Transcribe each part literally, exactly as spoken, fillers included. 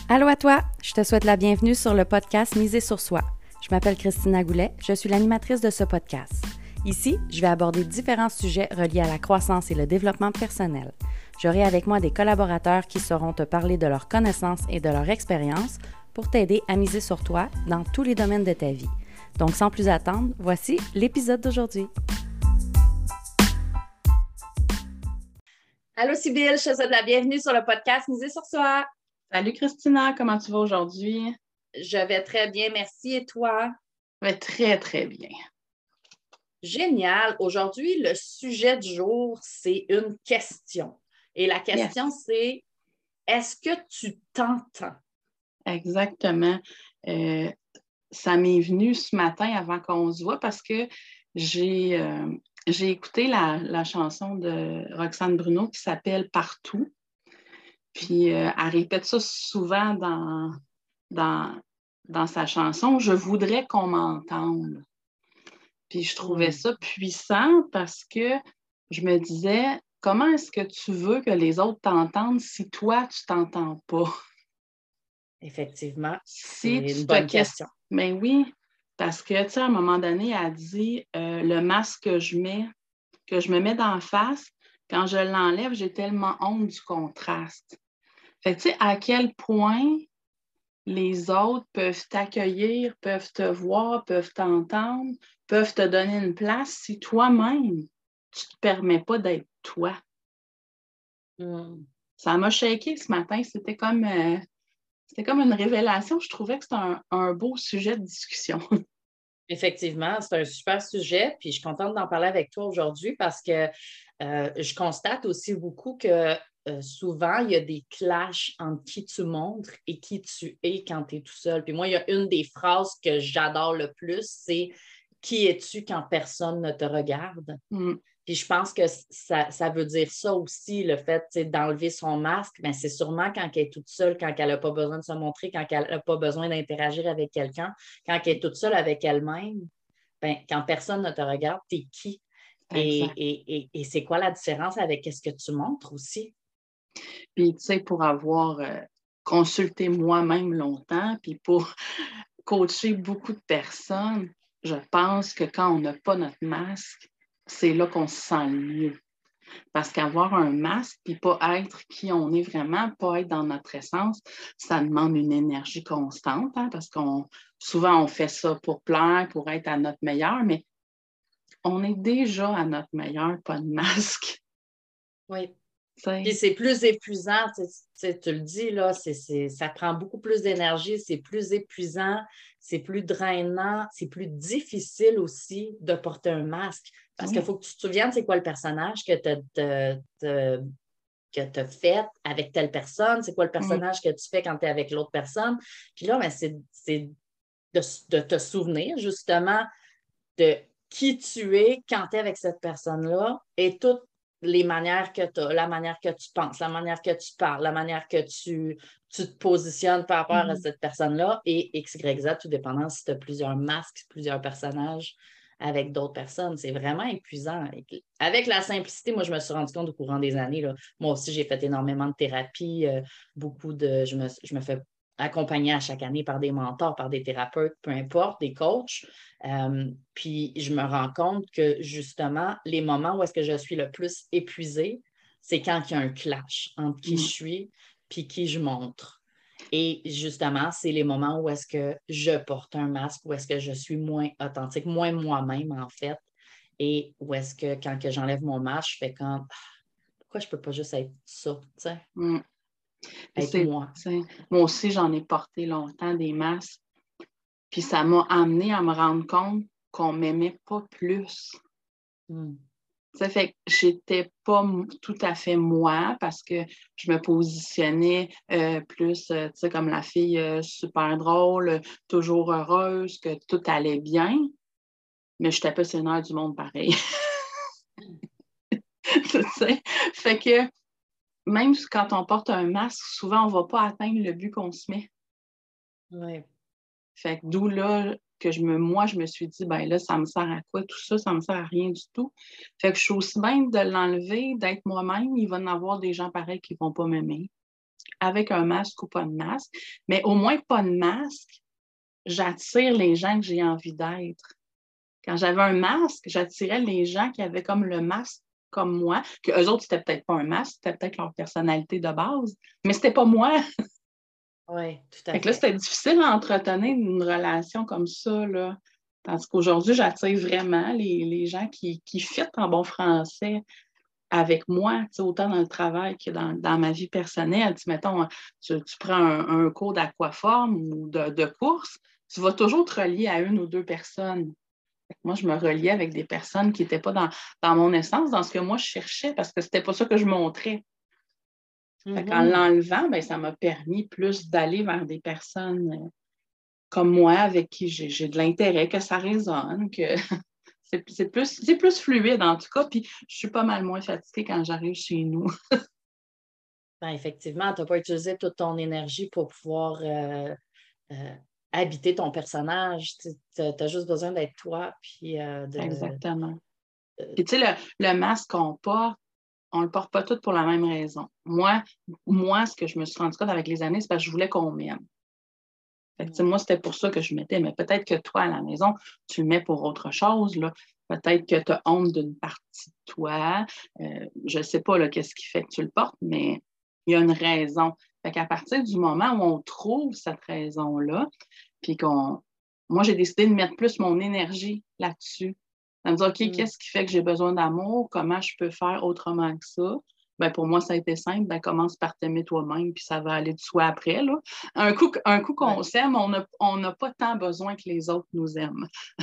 Allô à toi, je te souhaite la bienvenue sur le podcast Miser sur soi. Je m'appelle Christina Goulet, je suis l'animatrice de ce podcast. Ici, je vais aborder différents sujets reliés à la croissance et le développement personnel. J'aurai avec moi des collaborateurs qui sauront te parler de leurs connaissances et de leur expérience pour t'aider à miser sur toi dans tous les domaines de ta vie. Donc sans plus attendre, voici l'épisode d'aujourd'hui. Allô Sybille, je te souhaite la bienvenue sur le podcast Miser sur soi. Salut Christina, comment tu vas aujourd'hui? Je vais très bien, merci. Et toi? Je vais très, très bien. Génial. Aujourd'hui, le sujet du jour, c'est une question. Et la question, yes. c'est est-ce que tu t'entends? Exactement. Euh, ça m'est venu ce matin avant qu'on se voit parce que j'ai, euh, j'ai écouté la, la chanson de Roxane Bruno qui s'appelle Partout. Puis euh, elle répète ça souvent dans, dans, dans sa chanson. Je voudrais qu'on m'entende. Puis je trouvais mmh. ça puissant parce que je me disais, comment est-ce que tu veux que les autres t'entendent si toi, tu t'entends pas? Effectivement, si c'est une bonne question. Mais oui, parce que, tu sais, à un moment donné, elle a dit, euh, le masque que je mets, que je me mets d'en face, quand je l'enlève, j'ai tellement honte du contraste. Fait que, tu sais, à quel point les autres peuvent t'accueillir, peuvent te voir, peuvent t'entendre, peuvent te donner une place si toi-même, tu ne te permets pas d'être toi. Mm. Ça m'a shaké ce matin. C'était comme, euh, c'était comme une révélation. Je trouvais que c'était un, un beau sujet de discussion. Effectivement, c'est un super sujet, puis je suis contente d'en parler avec toi aujourd'hui parce que euh, je constate aussi beaucoup que euh, souvent, il y a des clashs entre qui tu montres et qui tu es quand tu es tout seul. Puis moi, il y a une des phrases que j'adore le plus, c'est « Qui es-tu quand personne ne te regarde? Mm. » Puis je pense que ça, ça veut dire ça aussi, le fait d'enlever son masque, mais c'est sûrement quand elle est toute seule, quand elle n'a pas besoin de se montrer, quand elle n'a pas besoin d'interagir avec quelqu'un, quand elle est toute seule avec elle-même, ben, quand personne ne te regarde, t'es qui? Et, et, et, et c'est quoi la différence avec ce que tu montres aussi? Puis, tu sais, pour avoir euh, consulté moi-même longtemps, puis pour coacher beaucoup de personnes, je pense que quand on n'a pas notre masque, c'est là qu'on se sent le mieux. Parce qu'avoir un masque, puis pas être qui on est vraiment, pas être dans notre essence, ça demande une énergie constante, hein, parce qu'on souvent on fait ça pour plaire, pour être à notre meilleur, mais on est déjà à notre meilleur, pas de masque. Oui. T'sais. Puis c'est plus épuisant, tu le dis, là, c'est, c'est, ça prend beaucoup plus d'énergie, c'est plus épuisant, c'est plus drainant, c'est plus difficile aussi de porter un masque. Parce oui. qu'il faut que tu te souviennes c'est quoi le personnage que tu as fait avec telle personne, c'est quoi le personnage mm. que tu fais quand tu es avec l'autre personne. Puis là, ben, c'est, c'est de, de te souvenir justement de qui tu es quand tu es avec cette personne-là et toutes les manières que tu as, la manière que tu penses, la manière que tu parles, la manière que tu, tu te positionnes par rapport mm-hmm. à cette personne-là et X, Y, Z, tout dépendant si tu as plusieurs masques, plusieurs personnages avec d'autres personnes. C'est vraiment épuisant. Avec la simplicité, moi, je me suis rendu compte au courant des années. Là, moi aussi, j'ai fait énormément de thérapie, euh, beaucoup de... Je me, je me fais accompagner à chaque année par des mentors, par des thérapeutes, peu importe, des coachs. Euh, puis je me rends compte que justement, les moments où est-ce que je suis le plus épuisée, c'est quand il y a un clash entre qui mmh. je suis puis qui je montre. Et justement, c'est les moments où est-ce que je porte un masque, où est-ce que je suis moins authentique, moins moi-même en fait. Et où est-ce que quand que j'enlève mon masque, je fais comme pourquoi je peux pas juste être ça, tu sais? Mmh. Être moi. Moi aussi, j'en ai porté longtemps des masques. Puis ça m'a amené à me rendre compte qu'on ne m'aimait pas plus. Mm. Ça fait que j'étais pas tout à fait moi parce que je me positionnais euh, plus, euh, tu sais, comme la fille euh, super drôle, toujours heureuse, que tout allait bien. Mais je n'étais pas sénère du monde pareil. Tu sais? Fait que même quand on porte un masque, souvent, on ne va pas atteindre le but qu'on se met. Oui. Fait que d'où là que je me, moi, je me suis dit, ben là, ça me sert à quoi tout ça? Ça me sert à rien du tout. Fait que je suis aussi bien de l'enlever, d'être moi-même. Il va y en avoir des gens pareils qui ne vont pas m'aimer. avec un masque ou pas de masque, mais au moins pas de masque, j'attire les gens que j'ai envie d'être. Quand j'avais un masque, j'attirais les gens qui avaient comme le masque comme moi, que eux autres, c'était peut-être pas un masque, c'était peut-être leur personnalité de base, mais c'était pas moi. Oui, tout à Fait que là, fait. c'était difficile à entretenir une relation comme ça, là. Tandis qu'aujourd'hui, j'attire vraiment les, les gens qui, qui fitent en bon français avec moi, autant dans le travail que dans, dans ma vie personnelle. Tu, mettons, tu, tu prends un, un cours d'aquaforme ou de, de course, tu vas toujours te relier à une ou deux personnes. Moi, je me reliais avec des personnes qui n'étaient pas dans, dans mon essence, dans ce que moi je cherchais, parce que c'était pas ça que je montrais. Fait qu'en Mm-hmm. l'enlevant, ben, ça m'a permis plus d'aller vers des personnes euh, comme moi, avec qui j'ai, j'ai de l'intérêt, que ça résonne, que c'est, c'est plus, c'est plus fluide en tout cas, puis je suis pas mal moins fatiguée quand j'arrive chez nous. Ben, effectivement, tu n'as pas utilisé toute ton énergie pour pouvoir euh, euh, habiter ton personnage. Tu as juste besoin d'être toi, puis euh, de, Exactement. de- Puis tu sais, le, le masque qu'on porte, on le porte pas tout pour la même raison. Moi, moi, ce que je me suis rendu compte avec les années, c'est parce que je voulais qu'on m'aime. Fait que, tu sais, moi, c'était pour ça que je mettais, mais peut-être que toi, à la maison, tu le mets pour autre chose, là. Peut-être que tu as honte d'une partie de toi. Euh, je ne sais pas là, qu'est-ce qui fait que tu le portes, mais il y a une raison. Fait qu'à partir du moment où on trouve cette raison-là, puis qu'on. Moi, j'ai décidé de mettre plus mon énergie là-dessus. De me dire, OK, Mm. qu'est-ce qui fait que j'ai besoin d'amour? Comment je peux faire autrement que ça? Ben, pour moi, ça a été simple. Ben, commence par t'aimer toi-même, puis ça va aller de soi après, là. Un coup, un coup Ouais. qu'on s'aime, on n'a on n'a pas tant besoin que les autres nous aiment.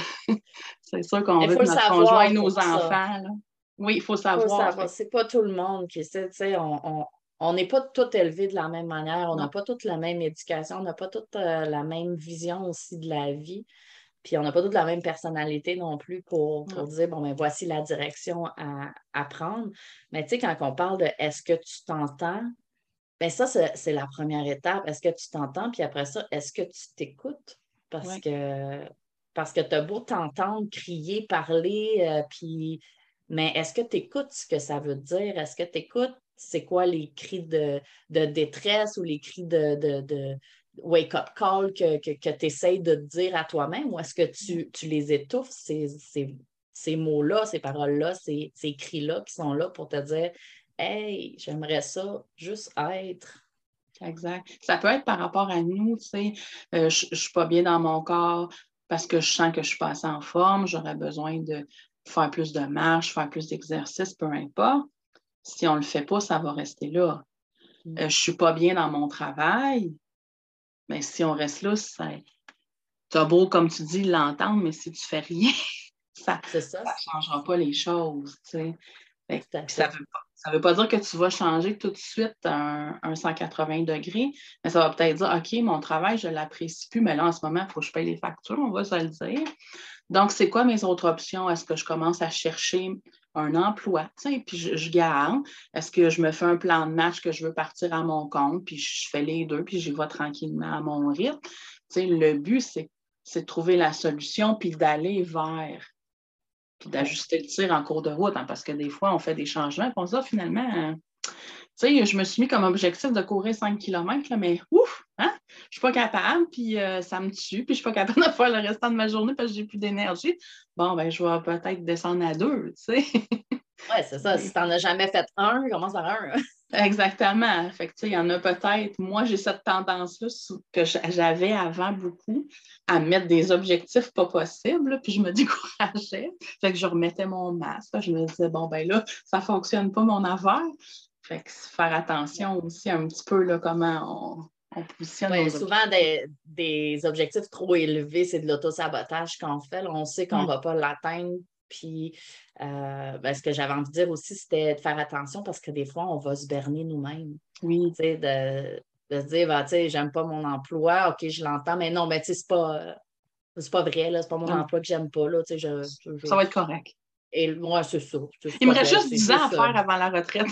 C'est sûr qu'on Il veut faut que le notre conjoint, savoir pour nos ça. enfants, là. Oui, il faut Il faut le savoir. savoir. Fait, C'est pas tout le monde qui sait. Tu sais, on, on, on n'est pas tous élevés de la même manière. On n'a non, pas toute la même éducation. On n'a pas toute euh, la même vision aussi de la vie. Puis on n'a pas toute la même personnalité non plus pour, pour non. dire, bon, ben voici la direction à, à prendre. Mais tu sais, quand on parle de est-ce que tu t'entends, ben ça, c'est c'est la première étape. Est-ce que tu t'entends? Puis après ça, est-ce que tu t'écoutes? Parce Oui, que parce que tu as beau t'entendre crier, parler, euh, puis mais est-ce que tu écoutes ce que ça veut dire? Est-ce que tu écoutes c'est quoi les cris de, de détresse ou les cris de, de, de wake-up call que, que, que tu essayes de te dire à toi-même? Ou est-ce que tu, tu les étouffes, ces, ces, ces mots-là, ces paroles-là, ces, ces cris-là qui sont là pour te dire hey, j'aimerais ça juste être. exact. Ça peut être par rapport à nous, tu sais, euh, je ne suis pas bien dans mon corps parce que je sens que je suis pas assez en forme, j'aurais besoin de faire plus de marche, faire plus d'exercice, peu importe. Si on ne le fait pas, ça va rester là. Mm. Euh, je ne suis pas bien dans mon travail, mais si on reste là, tu as beau, comme tu dis, l'entendre, mais si tu ne fais rien, ça C'est ça, ne changera pas les choses. Tu sais. Fait que- tout à puis ça fait. veut pas, ça veut pas dire que tu vas changer tout de suite un, un cent quatre-vingts degrés, mais ça va peut-être dire, OK, mon travail, je ne l'apprécie plus, mais là, en ce moment, il faut que je paye les factures, on va se le dire. Donc, c'est quoi mes autres options? Est-ce que je commence à chercher un emploi? T'sais, puis je, je garde. Est-ce que je me fais un plan de match que je veux partir à mon compte, puis je fais les deux, puis j'y vais tranquillement à mon rythme? T'sais, le but, c'est, c'est de trouver la solution, puis d'aller vers, puis Ouais. d'ajuster le tir en cours de route, hein, parce que des fois, on fait des changements, puis on se dit, ah, finalement, hein, tu sais, je me suis mis comme objectif de courir cinq kilomètres, là, mais ouf, hein? Je suis pas capable, puis euh, ça me tue, puis je suis pas capable de faire le restant de ma journée parce que j'ai plus d'énergie. Bon, ben, je vais peut-être descendre à deux, tu sais. Ouais, c'est ça. Si tu n'en as jamais fait un, commence par un. Exactement. Fait que, tu sais, il y en a peut-être. Moi, j'ai cette tendance-là que j'avais avant beaucoup à mettre des objectifs pas possibles, puis je me décourageais. Fait que je remettais mon masque. Je me disais, bon, ben là, ça fonctionne pas mon affaire. Fait que faire attention aussi un petit peu là, comment on, on positionne Oui, nos souvent objectifs. des, des objectifs trop élevés, c'est de l'auto-sabotage qu'on fait. Là, on sait qu'on ne Hum, va pas l'atteindre. Puis, euh, ben, ce que j'avais envie de dire aussi, c'était de faire attention parce que des fois, on va se berner nous-mêmes. oui, Tu sais, de, de se dire, ben, tu sais, j'aime pas mon emploi, OK, je l'entends, mais non, ben, tu sais, c'est pas, c'est pas vrai, là, c'est pas mon non, emploi que j'aime pas, là, tu sais, je, je, je- ça va être correct. Et moi, c'est ça, c'est c'est Il me pas reste vrai, juste c'est dix ans à juste, euh, faire avant la retraite.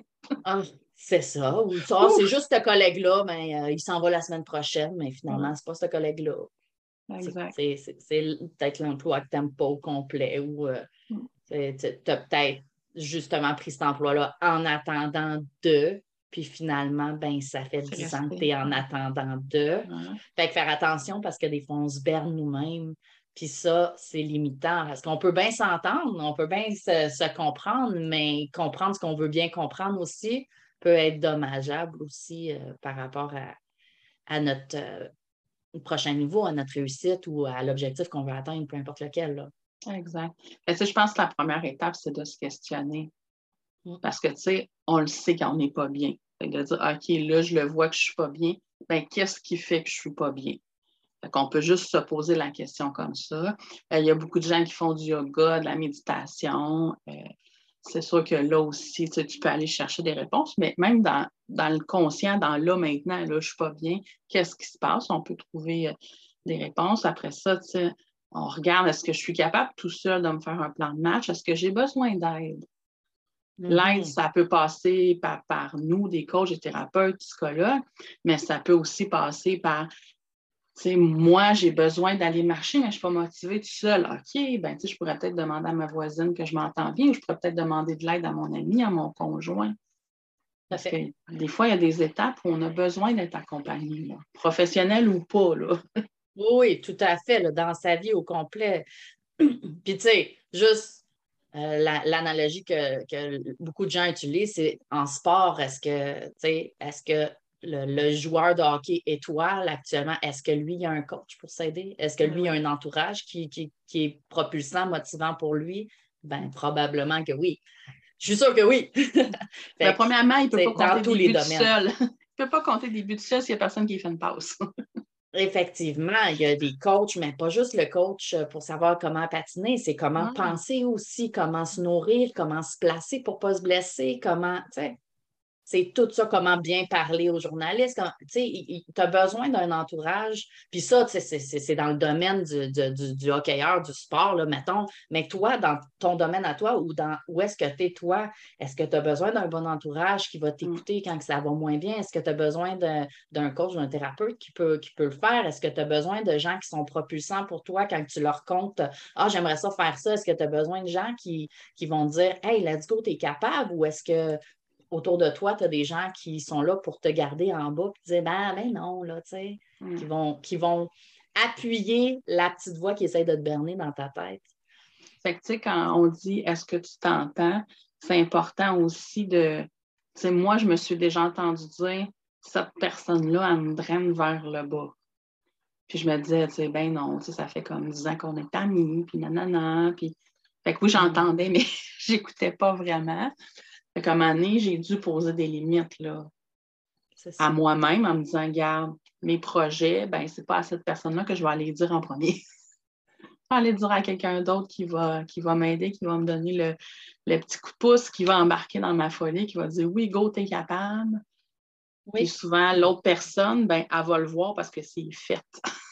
ah, c'est ça, ou ça, c'est Ouf! juste ce collègue-là, mais euh, il s'en va la semaine prochaine, mais Ouais, finalement, c'est pas ce collègue-là. C'est exact. c'est- c'est- c'est peut-être l'emploi que tu n'aimes pas au complet ou euh, Hum, tu as peut-être justement pris cet emploi-là en attendant de. puis finalement, ben ça fait C'est dix ans que resté. tu es en attendant d'eux. Ouais. Fait que faire attention parce que des fois, on se berne nous-mêmes. Puis ça, c'est limitant parce qu'on peut bien s'entendre, on peut bien se, se comprendre, mais comprendre ce qu'on veut bien comprendre aussi peut être dommageable aussi euh, par rapport à, à notre euh, prochain niveau, à notre réussite ou à l'objectif qu'on veut atteindre, peu importe lequel. Là. Exact. Et, tu sais, je pense que la première étape, c'est de se questionner. Mm. Parce que, tu sais, on le sait qu'on n'est pas bien. Fait que de dire, OK, là, je le vois que je ne suis pas bien. Bien, qu'est-ce qui fait que je ne suis pas bien? Fait qu'on peut juste se poser la question comme ça. Euh, il y a beaucoup de gens qui font du yoga, de la méditation. Euh, c'est sûr que là aussi, tu sais, tu peux aller chercher des réponses, mais même dans, dans le conscient, dans là maintenant, là, je ne suis pas bien, qu'est-ce qui se passe? On peut trouver euh, des réponses. Après ça, tu sais, on regarde, est-ce que je suis capable tout seul de me faire un plan de match? Est-ce que j'ai besoin d'aide? L'aide, Mm-hmm. ça peut passer par, par nous, des coachs, des thérapeutes, psychologues, mais ça peut aussi passer par, tu sais, moi, j'ai besoin d'aller marcher, mais je ne suis pas motivée tout seul. OK, ben, tu sais, je pourrais peut-être demander à ma voisine que je m'entends bien, ou je pourrais peut-être demander de l'aide à mon ami, à mon conjoint. Parce que des fois, il y a des étapes où on a besoin d'être accompagné, là, professionnel ou pas, là. Oui, oui, tout à fait, là, dans sa vie au complet. Puis, tu sais, juste euh, la- l'analogie que, que beaucoup de gens utilisent, c'est en sport, est-ce que, tu sais, est-ce que le, le joueur de hockey étoile actuellement, est-ce que lui, il a un coach pour s'aider? Est-ce que lui, il a un entourage qui, qui, qui est propulsant, motivant pour lui? Ben, probablement que oui. Je suis sûre que oui. Ben, Fait que, premièrement, il ne peut tu pas sais, dans compter tous des les buts tout domaines. seul. Il ne peut pas compter des buts tout seul s'il n'y a personne qui fait une passe. Effectivement, il y a des coachs, mais pas juste le coach pour savoir comment patiner, c'est comment Ouais. penser aussi, comment se nourrir, comment se placer pour ne pas se blesser, comment, tu sais, c'est tout ça, comment bien parler aux journalistes. Tu sais, tu as besoin d'un entourage. Puis ça, tu sais, c'est c'est- c'est dans le domaine du, du, du, du hockeyeur, du sport, là, mettons. Mais toi, dans ton domaine à toi, ou dans où est-ce que tu es, toi, est-ce que tu as besoin d'un bon entourage qui va Mm. t'écouter quand ça va moins bien? Est-ce que tu as besoin d'un d'un coach, d'un thérapeute qui peut, qui peut le faire? Est-ce que tu as besoin de gens qui sont propulsants pour toi quand tu leur comptes Ah, j'aimerais ça faire ça? Est-ce que tu as besoin de gens qui, qui vont te dire Hey, let's go, t'es capable? Ou est-ce que autour de toi, tu as des gens qui sont là pour te garder en bas et te dire ben, ben non, là, tu sais, Mm. qui vont, qui vont appuyer la petite voix qui essaie de te berner dans ta tête. Fait que, tu sais, quand on dit est-ce que tu t'entends, c'est important aussi de. Tu sais, moi, je me suis déjà entendu dire cette personne-là, elle me draine vers le bas. Puis je me disais, tu sais, ben non, tu sais, ça fait comme dix ans qu'on est amis, puis nanana. Puis. Fait que oui, j'entendais, mais j'écoutais pas vraiment. Fait qu'à un moment donné, j'ai dû poser des limites, là, C'est à ça. moi-même en me disant, regarde, mes projets, ben c'est pas à cette personne-là que je vais aller dire en premier. Je vais aller dire à quelqu'un d'autre qui va, qui va m'aider, qui va me donner le, le petit coup de pouce, qui va embarquer dans ma folie, qui va dire, oui, go, t'es capable. Puis Oui, souvent, l'autre personne, ben, elle va le voir parce que c'est fait.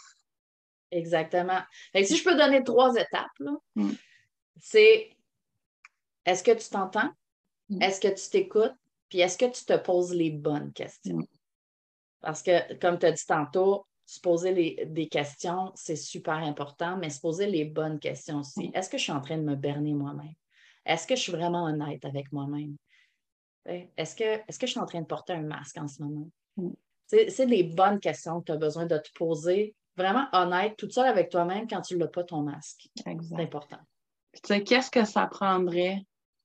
exactement. Fait que si je peux donner trois étapes, là, Mm. c'est est-ce que tu t'entends? Mm. Est-ce que tu t'écoutes? Puis est-ce que tu te poses les bonnes questions? Mm. Parce que, comme tu as dit tantôt, se poser les, des questions, c'est super important, mais se poser les bonnes questions aussi. Est-ce que je suis en train de me berner moi-même? Est-ce que je suis vraiment honnête avec moi-même? Est-ce que, est-ce que je suis en train de porter un masque en ce moment? Mm. C'est, c'est les bonnes questions que tu as besoin de te poser, vraiment honnête, toute seule avec toi-même quand tu n'as pas ton masque. Exact. C'est important. Puis, tu sais, qu'est-ce que ça prendrait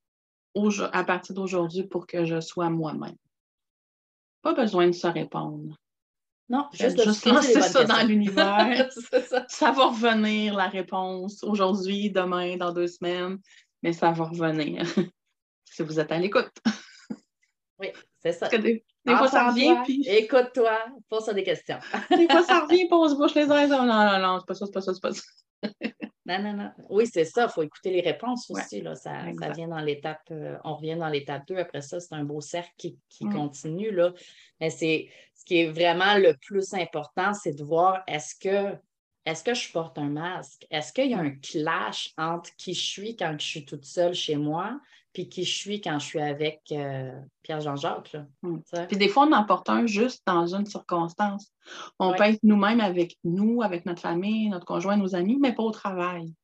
à partir d'aujourd'hui pour que je sois moi-même? Pas besoin de se répondre. Non, Faites juste de se juste poser les lancer bonnes ça dans questions. l'univers. C'est ça. Ça va revenir, la réponse, aujourd'hui, demain, dans deux semaines, mais ça va revenir si vous êtes à l'écoute. Oui, c'est Parce ça. que des, des fois, ça revient, Entends-toi, puis écoute-toi, pose des questions. des fois, ça revient, puis on se bouche les oreilles. Non, non, non, c'est pas ça, c'est pas ça, c'est pas ça. Non, non, non. Oui, c'est ça. Il faut écouter les réponses Ouais, aussi. Là. Ça, ça exact. vient dans l'étape, euh, on revient dans l'étape deux. Après ça, c'est un beau cercle qui, qui Mm. continue. Là. Mais c'est ce qui est vraiment le plus important, c'est de voir est-ce que est-ce que je porte un masque? Est-ce qu'il y a un clash entre qui je suis quand je suis toute seule chez moi puis qui je suis quand je suis avec euh, Pierre-Jean-Jacques? Là, Mm. ça? Puis des fois, on en porte un juste dans une circonstance. On Oui. peut être nous-mêmes avec nous, avec notre famille, notre conjoint, nos amis, mais pas au travail.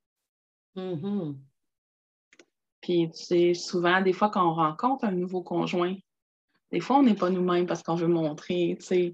Mm-hmm. Puis, tu sais, souvent, des fois, quand on rencontre un nouveau conjoint, des fois, on n'est pas nous-mêmes parce qu'on veut montrer, tu sais,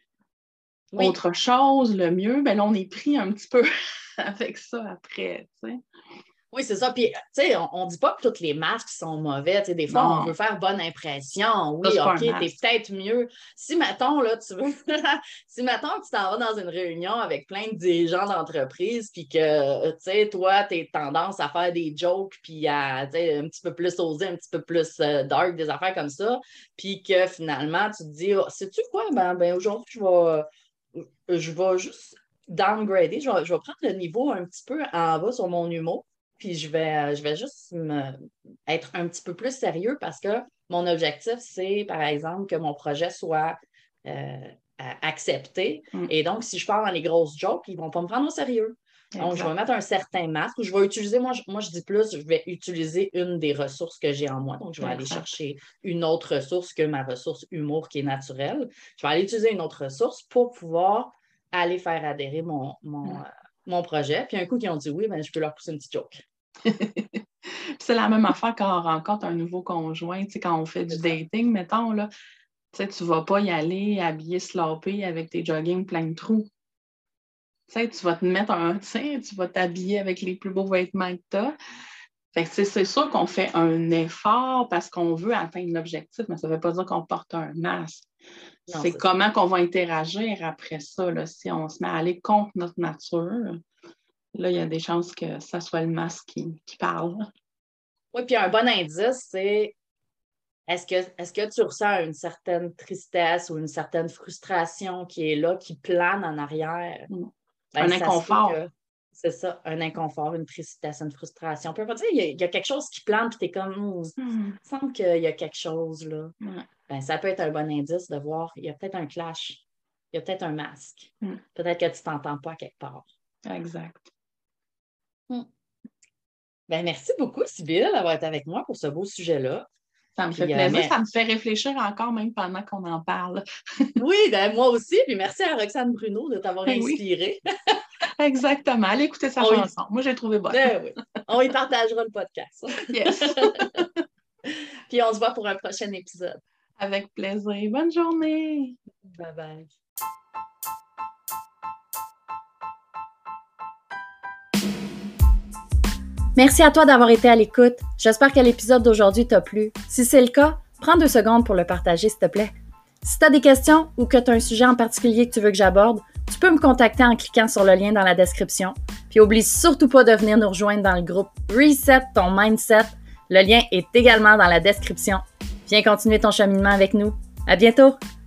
oui. autre chose, le mieux. Ben là, on est pris un petit peu avec ça après, tu sais. Oui, c'est ça. Puis, tu sais, on ne dit pas que tous les masques sont mauvais. Tu sais, des fois, non. on veut faire bonne impression. Oui, ça, OK, t'es peut-être mieux. Si, mettons, là, tu veux... si, mettons, tu t'en vas dans une réunion avec plein de dirigeants d'entreprise, puis que, tu sais, toi, tu as tendance à faire des jokes, puis à, tu sais, un petit peu plus osé, un petit peu plus euh, dark, des affaires comme ça, puis que, finalement, tu te dis, oh, sais-tu quoi? Ben, ben aujourd'hui, je vais... Je vais juste downgrader. Je vais, je vais prendre le niveau un petit peu en bas sur mon humour. Puis je vais, je vais juste me, être un petit peu plus sérieux parce que mon objectif, c'est, par exemple, que mon projet soit euh, accepté. Mm. Et donc, si je pars dans les grosses jokes, ils ne vont pas me prendre au sérieux. Exact. Donc, je vais mettre un certain masque ou je vais utiliser, moi je, moi, je dis plus, je vais utiliser une des ressources que j'ai en moi. Donc, je vais exact. Aller chercher une autre ressource que ma ressource humour qui est naturelle. Je vais aller utiliser une autre ressource pour pouvoir aller faire adhérer mon, mon, mm. euh, mon projet. Puis un coup, ils ont dit oui, ben, je peux leur pousser une petite joke. C'est la même affaire quand on rencontre un nouveau conjoint, tu sais, quand on fait du dating, mettons, là, tu sais, tu vas pas y aller habillé sloppé avec tes joggings plein de trous. Tu sais, tu vas te mettre un, tu sais, tu vas t'habiller avec les plus beaux vêtements que tu as. Fait que c'est sûr qu'on fait un effort parce qu'on veut atteindre l'objectif, mais ça ne veut pas dire qu'on porte un masque. Non, c'est, c'est comment ça. Qu'on va interagir après ça, là, si on se met à aller contre notre nature. Là, il y a des chances que ça soit le masque qui, qui parle. Oui, puis un bon indice, c'est est-ce que, est-ce que tu ressens une certaine tristesse ou une certaine frustration qui est là, qui plane en arrière? Mm. Ben, un inconfort. Que, c'est ça, un inconfort, une tristesse, une frustration. On peut pas dire, il y, a, il y a quelque chose qui plane, puis tu es comme, oh, mm. il me semble qu'il y a quelque chose là. Mm. Ben, ça peut être un bon indice de voir, il y a peut-être un clash, il y a peut-être un masque. Mm. Peut-être que tu ne t'entends pas quelque part. Exact. Hmm. Ben, merci beaucoup, Sybille, d'avoir été avec moi pour ce beau sujet-là. Ça me Puis, fait plaisir, euh, mais... ça me fait réfléchir encore même pendant qu'on en parle. Oui, ben, moi aussi. Puis merci à Roxane Bruno de t'avoir inspirée. Oui. Exactement. Allez écouter sa on chanson. Y... Moi, j'ai trouvé bonne. Ben, oui. On y partagera le podcast. Yes. Puis on se voit pour un prochain épisode. Avec plaisir. Bonne journée. Bye bye. Merci à toi d'avoir été à l'écoute. J'espère que l'épisode d'aujourd'hui t'a plu. Si c'est le cas, prends deux secondes pour le partager, s'il te plaît. Si tu as des questions ou que tu as un sujet en particulier que tu veux que j'aborde, tu peux me contacter en cliquant sur le lien dans la description. Puis oublie surtout pas de venir nous rejoindre dans le groupe Reset ton mindset. Le lien est également dans la description. Viens continuer ton cheminement avec nous. À bientôt!